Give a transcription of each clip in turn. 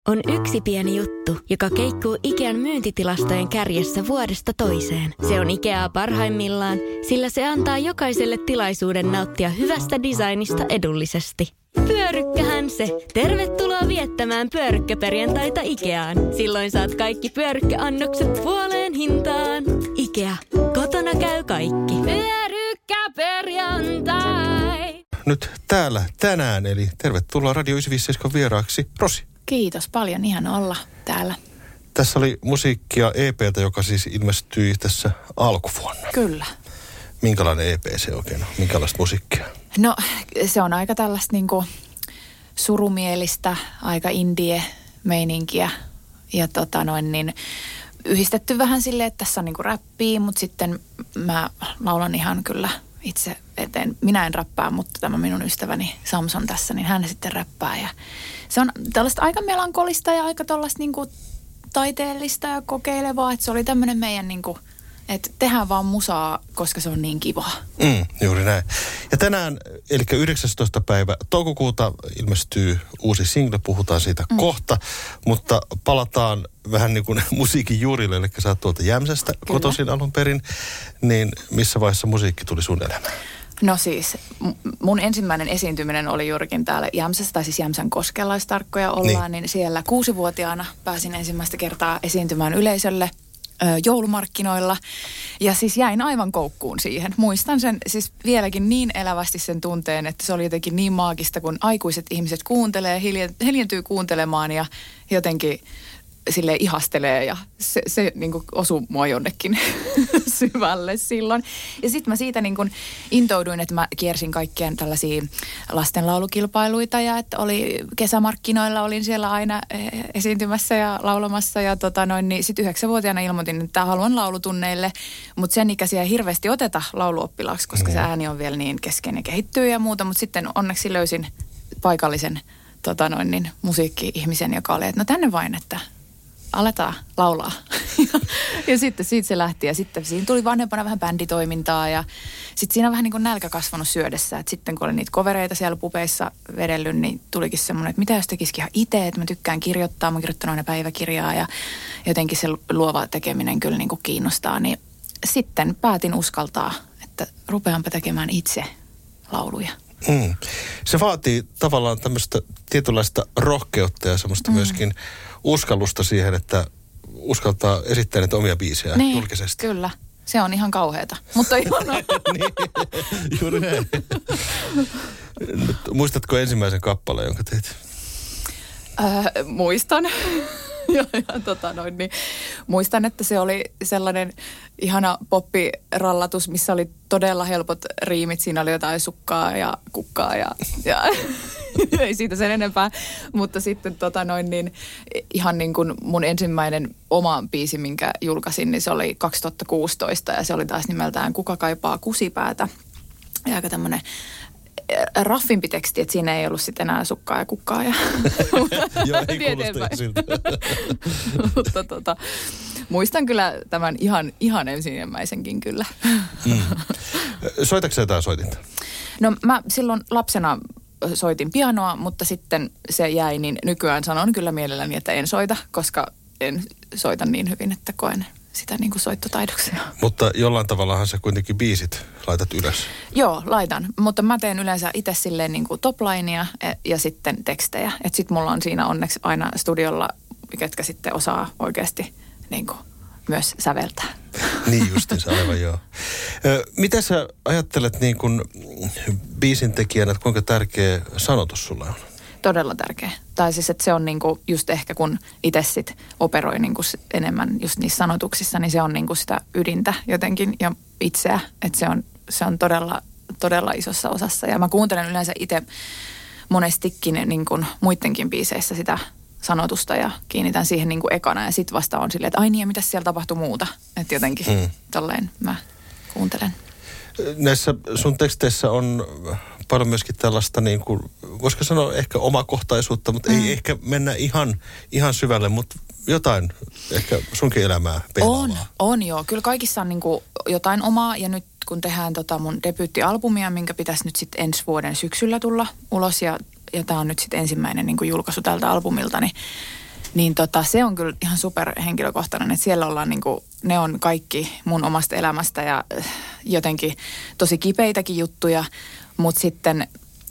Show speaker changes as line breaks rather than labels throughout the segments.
On yksi pieni juttu, joka keikkuu Ikean myyntitilastojen kärjessä vuodesta toiseen. Se on Ikeaa parhaimmillaan, sillä se antaa jokaiselle tilaisuuden nauttia hyvästä designista edullisesti. Pyörykkähän se! Tervetuloa viettämään pyörykkäperjantaita Ikeaan. Silloin saat kaikki pyörykkäannokset puoleen hintaan. Ikea. Kotona käy kaikki. Pyörykkäperjantai!
Nyt täällä tänään, eli tervetuloa Radio 957 vieraaksi Rosi.
Kiitos paljon, ihan olla täällä.
Tässä oli musiikkia EP:tä, joka siis ilmestyi tässä alkuvuonna.
Kyllä.
Minkälainen EP se oikein on? Minkälaista musiikkia?
No se on aika tällaista niinku surumielistä, aika indie-meininkiä ja yhdistetty vähän silleen, että tässä on niinku räppiä, mutta sitten mä laulan ihan kyllä itse eteen. Minä en räppää, mutta tämä minun ystäväni Samson tässä, niin hän sitten räppää. Ja se on tällaista aika melankolista ja aika tuollaista niinku taiteellista ja kokeilevaa, että se oli tämmöinen meidän niinku, että tehdään vaan musaa, koska se on niin kivaa.
Juuri näin. Ja tänään, eli 19. päivä toukokuuta ilmestyy uusi single, puhutaan siitä kohta, mutta palataan vähän niin kuin musiikin juurille, eli sä oot tuolta Jämsästä kotoisin alun perin, niin missä vaiheessa musiikki tuli sun elämään?
No siis, mun ensimmäinen esiintyminen oli juurikin täällä Jämsässä, tai siis Jämsän koskella, jos tarkkoja ollaan, niin siellä 6-vuotiaana pääsin ensimmäistä kertaa esiintymään yleisölle joulumarkkinoilla. Ja siis jäin aivan koukkuun siihen. Muistan sen siis vieläkin niin elävästi sen tunteen, että se oli jotenkin niin maagista, kun aikuiset ihmiset kuuntelee, hiljentyy kuuntelemaan ja jotenkin sille ihastelee ja se niin kuin osui mua jonnekin syvälle silloin. Ja sitten mä siitä niin kuin intouduin, että mä kiersin kaikkien tällaisia lastenlaulukilpailuita ja että oli kesämarkkinoilla, olin siellä aina esiintymässä ja laulamassa ja niin sitten 9-vuotiaana ilmoitin, että haluan laulutunneille, mutta sen ikäisiä ei hirveästi oteta lauluoppilaaksi, koska se ääni on vielä niin kesken ja kehittyy ja muuta, mutta sitten onneksi löysin paikallisen musiikki-ihmisen, joka oli, että no tänne vain, että aletaan laulaa. Ja sitten siitä se lähti ja sitten siinä tuli vanhempana vähän bänditoimintaa ja sitten siinä on vähän niin kuin nälkä kasvanut syödessä. Et sitten kun oli niitä kovereita siellä pubeissa vedellyt, niin tulikin semmoinen, että mitä jos tekisikin ihan itse, että mä tykkään kirjoittaa, mä oon kirjoittanut aina päiväkirjaa ja jotenkin se luova tekeminen kyllä niin kuin kiinnostaa. Niin sitten päätin uskaltaa, että rupeanpa tekemään itse lauluja.
Se vaatii tavallaan tämmöistä tietynlaista rohkeutta ja semmoista myöskin uskallusta siihen, että uskaltaa esittää näitä omia biisejä julkisesti.
Kyllä. Se on ihan kauheata, mutta ihanaa.
Niin, juuri näin. Muistatko ensimmäisen kappaleen, jonka teit?
Muistan. Muistan, että se oli sellainen ihana poppirallatus, missä oli todella helpot riimit. Siinä oli jotain sukkaa ja kukkaa ja ei siitä sen enempää. Mutta sitten ihan niin kuin mun ensimmäinen oma biisi, minkä julkaisin, niin se oli 2016 ja se oli taas nimeltään Kuka kaipaa kusipäätä. Ja aika tämmöinen raffimpi teksti, että siinä ei ollut sitten enää sukkaa ja kukkaa. Ja
joo, ei kuulosta siltä.
Mutta muistan kyllä tämän ihan ensimmäisenkin kyllä.
Soitatko sä jotain soitinta?
No mä silloin lapsena soitin pianoa, mutta sitten se jäi, niin nykyään sanon kyllä mielelläni, että en soita, koska en soita niin hyvin, että koen sitä niin kuin soittotaidoksia.
Mutta jollain tavallahan sä kuitenkin biisit laitat ylös.
Joo, laitan. Mutta mä teen yleensä itse silleen niin kuin toplinea ja sitten tekstejä. Että sit mulla on siinä onneksi aina studiolla, ketkä sitten osaa oikeasti niin kuin myös säveltää.
Niin justiinsa, aivan joo. Mitä sä ajattelet niin kuin biisin tekijänä, että kuinka tärkeä sanotus sulla on?
Todella tärkeä. Tai siis, että se on niinku just ehkä kun itse sit operoi niinku enemmän just niissä sanotuksissa, niin se on niinku sitä ydintä jotenkin ja itseä. Että se on todella, todella isossa osassa. Ja mä kuuntelen yleensä itse monestikin niinku muidenkin biiseissä sitä sanotusta ja kiinnitän siihen niinku ekana. Ja sit vasta on silleen, että ai niin ja mitäs siellä tapahtui muuta. Että jotenkin tolleen mä kuuntelen.
Näissä sun teksteissä on paljon myöskin tällaista niin kuin, voisiko sanoa ehkä omakohtaisuutta, mutta ei ehkä mennä ihan syvälle, mutta jotain ehkä sunkin elämää peilaavaa.
On joo. Kyllä kaikissa on niin kuin jotain omaa ja nyt kun tehdään mun debyyttialbumia, minkä pitäisi nyt sitten ensi vuoden syksyllä tulla ulos ja tämä on nyt sitten ensimmäinen niin kuin julkaisu tältä albumilta, Niin se on kyllä ihan superhenkilökohtainen, että siellä ollaan niinku, ne on kaikki mun omasta elämästä ja jotenkin tosi kipeitäkin juttuja, mutta sitten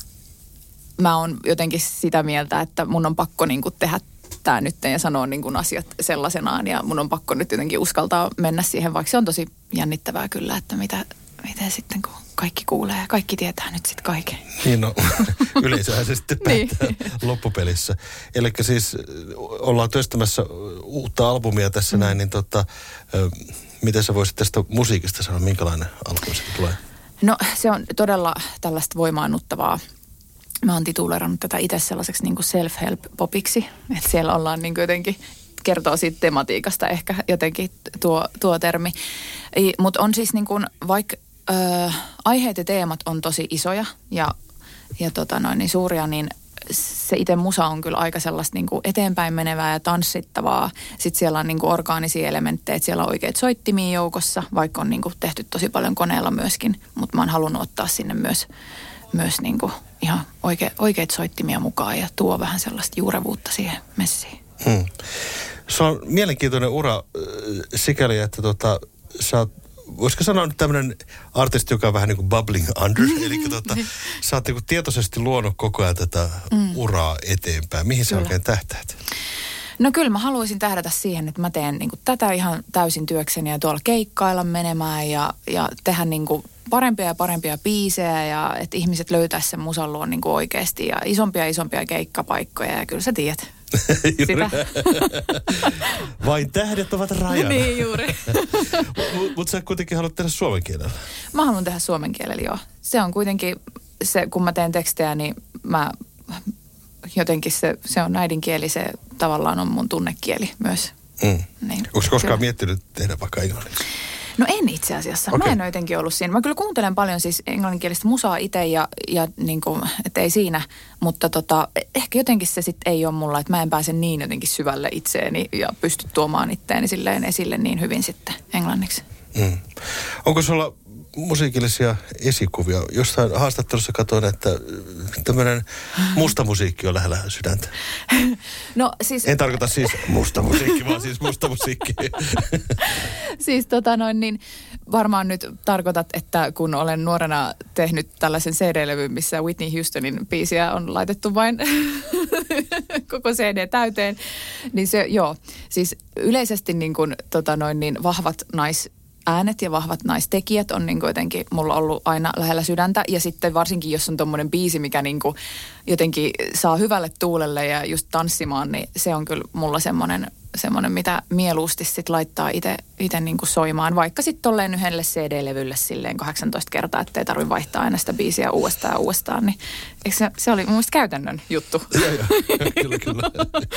mä oon jotenkin sitä mieltä, että mun on pakko niinku tehdä tämä nyt ja sanoa niinku asiat sellaisenaan ja mun on pakko nyt jotenkin uskaltaa mennä siihen, vaikka se on tosi jännittävää kyllä, että miten sitten kun kaikki kuulee ja kaikki tietää nyt sitten kaiken.
Niin no, yleisöhän se sitten päättää loppupelissä. Eli siis ollaan työstämässä uutta albumia tässä näin, niin miten sä voisit tästä musiikista sanoa, minkälainen albumi se tulee?
No se on todella tällaista voimaannuttavaa. Mä oon tituleerannut tätä itse sellaiseksi niin kuin self-help-popiksi, että siellä ollaan niin kuin jotenkin, kertoo siitä tematiikasta ehkä jotenkin tuo termi. Mutta on siis niin kuin, vaikka aiheet ja teemat on tosi isoja ja niin suuria, niin se itse musa on kyllä aika sellaista niin kuin eteenpäin menevää ja tanssittavaa. Sitten siellä on niin kuin orgaanisia elementtejä, että siellä on oikeat soittimia joukossa, vaikka on niin kuin tehty tosi paljon koneella myöskin, mutta mä oon halunnut ottaa sinne myös niin kuin ihan oikeita soittimia mukaan ja tuo vähän sellaista juurevuutta siihen messiin.
Se on mielenkiintoinen ura sikäli, että sä oot, voisiko sanoa nyt tämmöinen artisti, joka on vähän niin kuin bubbling under, eli sä oot niin kuin tietoisesti luonut koko ajan tätä uraa eteenpäin. Mihin sä oikein tähtäät?
No kyllä mä haluaisin tähdätä siihen, että mä teen niin kuin tätä ihan täysin työkseni ja tuolla keikkailla menemään ja tehdä niin kuin parempia ja parempia biisejä ja että ihmiset löytäisi sen musan luon niin kuin oikeasti ja isompia keikkapaikkoja ja kyllä sä tiedät. Sitä.
Vain tähdet ovat rajana.
Niin juuri.
Mutta sä kuitenkin haluat tehdä suomen kielellä.
Mä haluan tehdä suomen kielellä, joo. Se on kuitenkin, kun mä teen tekstejä, niin mä jotenkin se on äidinkieli, se tavallaan on mun tunnekieli myös. Niin,
onko sä koskaan miettinyt tehdä vaikka englanniksi?
No en itse asiassa. Okay. Mä en ole jotenkin ollut siinä. Mä kyllä kuuntelen paljon siis englanninkielistä musaa itse ja niin kuin, että ei siinä. Mutta ehkä jotenkin se sitten ei ole mulla, että mä en pääse niin jotenkin syvälle itseeni ja pysty tuomaan itteeni silleen esille niin hyvin sitten englanniksi.
Onko sulla musiikillisia esikuvia? Jostain haastattelussa katsoin, että tämmöinen musta musiikki on lähellä sydäntä.
No siis...
En tarkoita siis musta musiikki, vaan siis musta musiikki.
Siis niin varmaan nyt tarkoitat, että kun olen nuorena tehnyt tällaisen CD-levyn, missä Whitney Houstonin biisiä on laitettu vain koko CD täyteen, niin se joo. Siis yleisesti niin kuin niin vahvat äänet ja vahvat naistekijät on niin kuin jotenkin mulla ollut aina lähellä sydäntä. Ja sitten varsinkin, jos on tommoinen biisi, mikä niin kuin jotenkin saa hyvälle tuulelle ja just tanssimaan, niin se on kyllä mulla semmoinen mitä mieluusti sit laittaa itse niin kuin soimaan. Vaikka sitten tolleen yhdelle CD-levylle silleen 18 kertaa, ettei tarvitse vaihtaa aina sitä biisiä uudestaan. Niin eikö se oli mun mielestä käytännön juttu.
Joo, kyllä.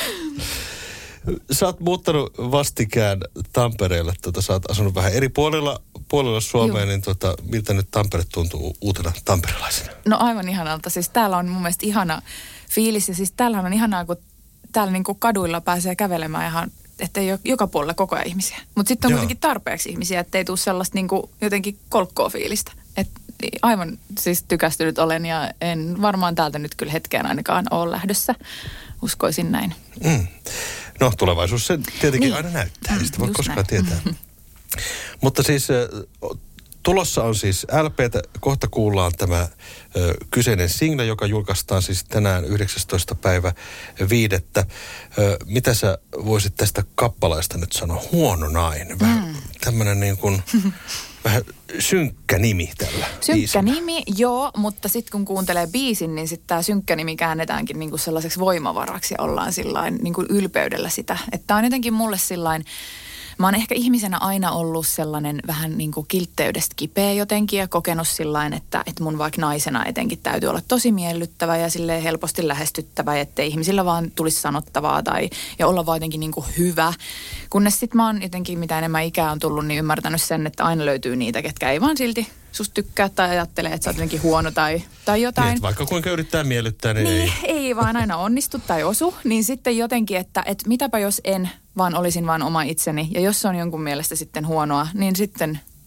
Sä oot muuttanut vastikään Tampereelle, sä oot asunut vähän eri puolilla Suomea, niin miltä nyt Tampere tuntuu uutena tamperelaisena? No
aivan ihanalta, siis täällä on mun mielestä ihana fiilis ja siis täällähän on ihanaa, kun täällä niin kuin kaduilla pääsee kävelemään ihan, ettei ole joka puolella koko ajan ihmisiä. Mutta sitten on kuitenkin tarpeeksi ihmisiä, ettei tule sellaista niin kuin jotenkin kolkkoa fiilistä. Et aivan siis tykästynyt olen ja en varmaan täältä nyt kyllä hetkeen ainakaan ole lähdössä, uskoisin näin.
No tulevaisuus se tietenkin aina näyttää, ei sitä voi koskaan tietää. Mutta siis tulossa on siis LP:tä, kohta kuullaan tämä kyseinen single, joka julkaistaan siis tänään 19. päivä 5. Mitä sä voisit tästä kappaleesta nyt sanoa? Huono nainen, vähän tämmöinen niin kuin... Vähän synkkä nimi tällä
Synkkä nimi, joo, mutta sitten kun kuuntelee biisin, niin sitten tämä synkkä nimi käännetäänkin niinku sellaiseksi voimavaraksi ja ollaan sillain niinku ylpeydellä sitä. Että on jotenkin mulle sillain, mä oon ehkä ihmisenä aina ollut sellainen vähän niinku kiltteydestä kipeä jotenkin ja kokenut sillain, että mun vaikka naisena etenkin täytyy olla tosi miellyttävä ja silleen helposti lähestyttävä, ettei ihmisillä vaan tulisi sanottavaa ja olla vaan jotenkin niinku hyvä. Kunnes sitten mä oon jotenkin, mitä enemmän ikää on tullut, niin ymmärtänyt sen, että aina löytyy niitä, ketkä ei vaan silti susta tykkää tai ajattelee, että sä oot jotenkin huono tai jotain.
Niin, vaikka kuinka yrittää miellyttää, niin
ei vaan aina onnistu tai osu. Niin sitten jotenkin, että mitäpä jos en, vaan olisin vaan oma itseni. Ja jos se on jonkun mielestä sitten huonoa, niin sitten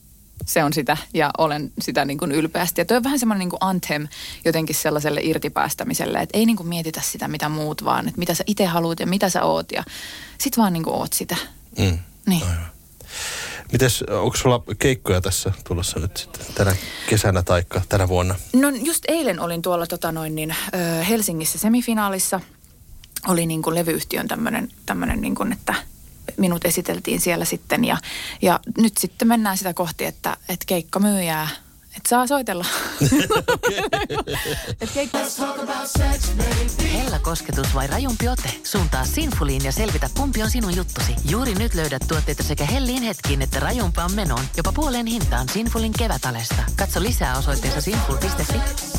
se on sitä ja olen sitä niin kuin ylpeästi. Ja toi on vähän semmoinen niin kuin anthem jotenkin sellaiselle irtipäästämiselle, että ei niin kuin mietitä sitä mitä muut vaan, että mitä sä itse haluat ja mitä sä oot ja sit vaan niin kuin oot sitä. Niin.
Aivan. Mites, onko sulla keikkoja tässä tulossa nyt sitten tänä kesänä tai tänä vuonna?
No just eilen olin tuolla Helsingissä semifinaalissa. Oli niin kuin levyyhtiön tämmöinen niin kuin, että minut esiteltiin siellä sitten ja nyt sitten mennään sitä kohti, että keikkamyyjää, että saa soitella.
Hella kosketus vai rajumpi ote? Suuntaa Sinfuliin ja selvitä, kumpi on sinun juttusi. Juuri nyt löydät tuotteita sekä helliin hetkiin että rajumpaan menoon. Jopa puoleen hintaan Sinfulin kevätalesta. Katso lisää osoitteessa sinful.fi.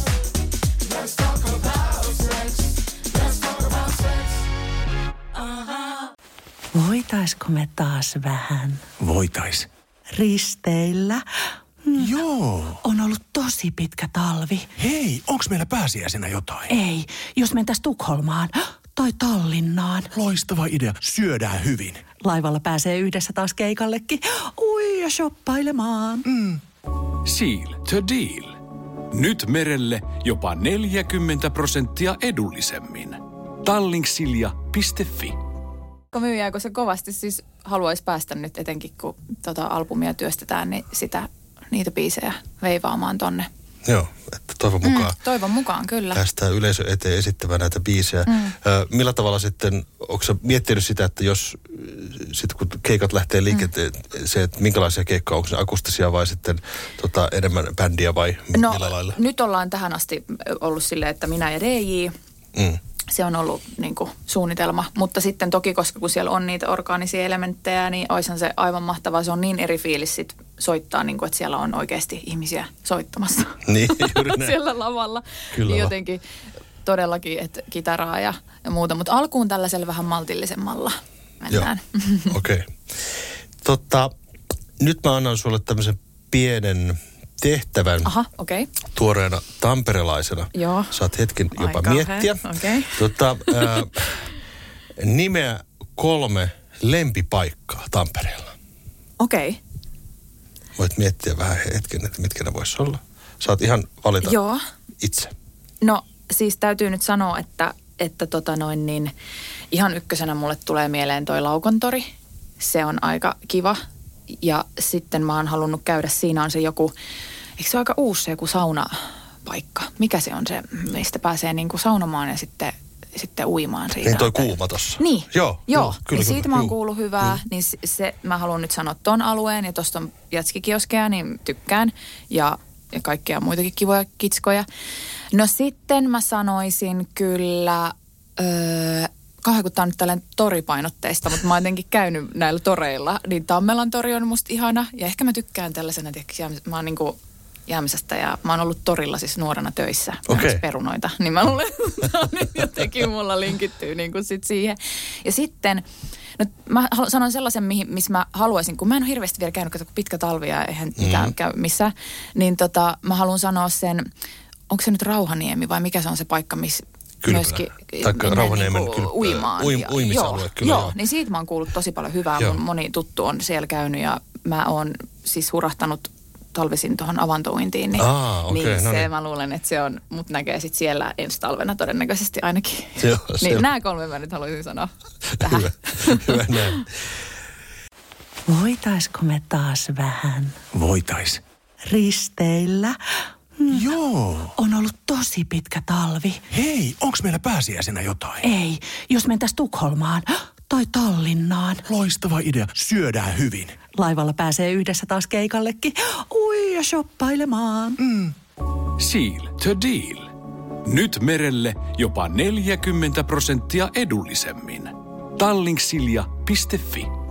Voitaisko me taas vähän?
Voitais.
Risteillä?
Joo.
On ollut tosi pitkä talvi.
Hei, onks meillä pääsiäisenä jotain?
Ei, jos mentäis Tukholmaan tai Tallinnaan.
Loistava idea. Syödään hyvin.
Laivalla pääsee yhdessä taas keikallekin. Ui, ja shoppailemaan.
Seal to deal. Nyt merelle jopa 40% edullisemmin. Tallingsilja.fi.
Myyjää, kun se kovasti siis haluaisi päästä nyt etenkin, kun albumia työstetään, niin niitä biisejä veivaamaan tonne.
Joo, että
toivon mukaan, kyllä.
Päästään yleisö eteen esittämään näitä biisejä. Millä tavalla sitten, onko sä miettinyt sitä, että jos sitten kun keikat lähtee liikenteen, se, että minkälaisia keikkoja, onko se akustisia vai sitten enemmän bändiä vai millä lailla?
Nyt ollaan tähän asti ollut silleen, että minä ja DJ. Se on ollut niin kuin suunnitelma, mutta sitten toki, koska kun siellä on niitä orgaanisia elementtejä, niin olisihan se aivan mahtavaa. Se on niin eri fiilis sit soittaa, niin kuin, että siellä on oikeasti ihmisiä soittamassa
niin, juuri näin.
siellä lavalla.
Kyllä
niin jotenkin todellakin, että kitaraa ja muuta, mutta alkuun tällaisella vähän maltillisemmalla mennään.
Okei. Nyt mä annan sulle tämmöisen pienen tehtävän.
Aha, okei.
Tuoreena tamperelaisena.
Joo.
Saat hetken jopa miettiä.
Okei.
Nimeä 3 lempipaikkaa Tampereella.
Okei.
Voit miettiä vähän hetken, että mitkä ne vois olla. Saat ihan valita itse.
No siis täytyy nyt sanoa, että ihan ykkösenä mulle tulee mieleen toi Laukontori. Se on aika kiva. Ja sitten mä oon halunnut käydä, siinä on se joku, eikö se ole aika uusi se joku saunapaikka? Mikä se on se, mistä pääsee niinku saunomaan ja sitten uimaan siinä?
Niin toi Kuuma tossa.
Niin. Joo.
Kyllä,
niin siitä mä oon kuullut hyvää, niin se mä haluan nyt sanoa ton alueen ja tosta on jatskikioskeja, niin tykkään ja kaikkia muitakin kivoja kitskoja. No sitten mä sanoisin kyllä, kauhean kun tää on nyt tällainen toripainotteista, mutta mä oon jotenkin käynyt näillä toreilla, niin Tammelan tori on musta ihana ja ehkä mä tykkään tällaisena, että mä oon niinku Jämsästä ja mä oon ollut torilla siis nuorena töissä perunoita, niin mä luulen, että nyt jotenkin mulla linkittyy niinku sit siihen. Ja sitten, no mä sanon sellaisen, missä mä haluaisin, kun mä en ole hirveästi vielä käynyt, kun pitkä talvi ja eihän mitään käy missään, niin mä haluan sanoa sen, onko se nyt Rauhaniemi vai mikä se on se paikka, missä myöskin
Rauhaniemen
niin uimaan.
Uimisalue, kyllä.
Joo, niin siitä mä oon kuullut tosi paljon hyvää. Mun moni tuttu on siellä käynyt ja mä oon siis hurahtanut talvisin tuohon avantouintiin. Niin, niin mä luulen, että se on, mut näkee sit siellä ensi talvena todennäköisesti ainakin. Niin nämä 3 mä nyt haluaisin sanoa tähän.
Hyvä näin.
Voitaisko me taas vähän?
Voitais.
Risteillä?
Joo.
On ollut tosi pitkä talvi.
Hei, onks meillä pääsiäisenä jotain?
Ei, jos mentäis Tukholmaan tai Tallinnaan.
Loistava idea. Syödään hyvin.
Laivalla pääsee yhdessä taas keikallekin. Ui, ja shoppailemaan.
Seal to deal. Nyt merelle jopa 40% edullisemmin. Tallingsilja.fi.